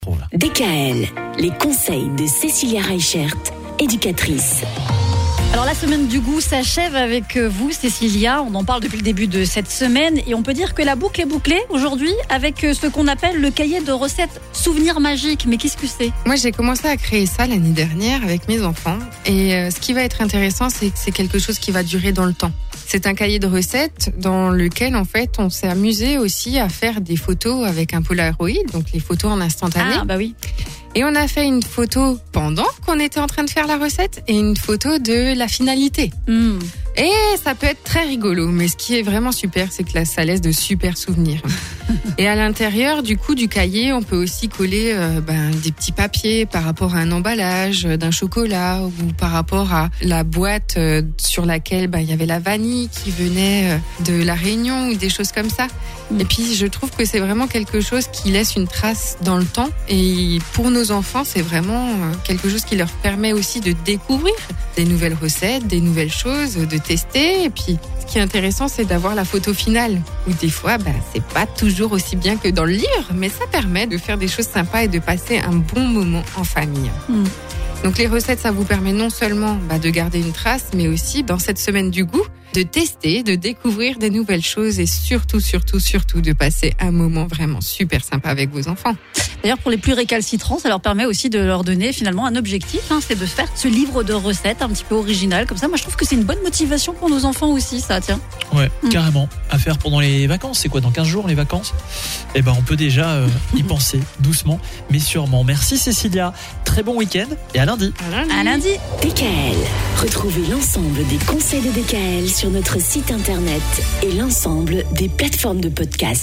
DKL, les conseils de Cécilia Reichert, éducatrice. Alors la semaine du goût s'achève avec vous Cécilia, on en parle depuis le début de cette semaine et on peut dire que la boucle est bouclée aujourd'hui avec ce qu'on appelle le cahier de recettes souvenirs magiques. Mais qu'est-ce que c'est ? Moi j'ai commencé à créer ça l'année dernière avec mes enfants et ce qui va être intéressant c'est que c'est quelque chose qui va durer dans le temps. C'est un cahier de recettes dans lequel en fait on s'est amusé aussi à faire des photos avec un Polaroid, donc les photos en instantané. Ah bah oui. Et on a fait une photo pendant qu'on était en train de faire la recette et une photo de la finalité. Et ça peut être très rigolo, mais ce qui est vraiment super, c'est que là, ça laisse de super souvenirs. Et à l'intérieur, du coup, du cahier, on peut aussi coller des petits papiers par rapport à un emballage d'un chocolat ou par rapport à la boîte sur laquelle il y avait la vanille qui venait de la Réunion ou des choses comme ça. Et puis, je trouve que c'est vraiment quelque chose qui laisse une trace dans le temps. Et pour nos enfants, c'est vraiment quelque chose qui leur permet aussi de découvrir des nouvelles recettes, des nouvelles choses, de tester. Et puis, ce qui est intéressant, c'est d'avoir la photo finale. Où des fois, c'est pas toujours aussi bien que dans le livre, mais ça permet de faire des choses sympas et de passer un bon moment en famille. Donc les recettes, ça vous permet non seulement de garder une trace, mais aussi dans cette semaine du goût, de tester, de découvrir des nouvelles choses et surtout de passer un moment vraiment super sympa avec vos enfants. D'ailleurs, pour les plus récalcitrants, ça leur permet aussi de leur donner finalement un objectif, c'est de faire ce livre de recettes un petit peu original. Comme ça, moi je trouve que c'est une bonne motivation pour nos enfants aussi, ça, tiens. Ouais, carrément. À faire pendant les vacances. C'est quoi, dans 15 jours les vacances ? On peut déjà y penser doucement, mais sûrement. Merci Cécilia. Très bon week-end et à lundi. À lundi. DKL. Retrouvez l'ensemble des conseils de DKL sur notre site internet et l'ensemble des plateformes de podcast.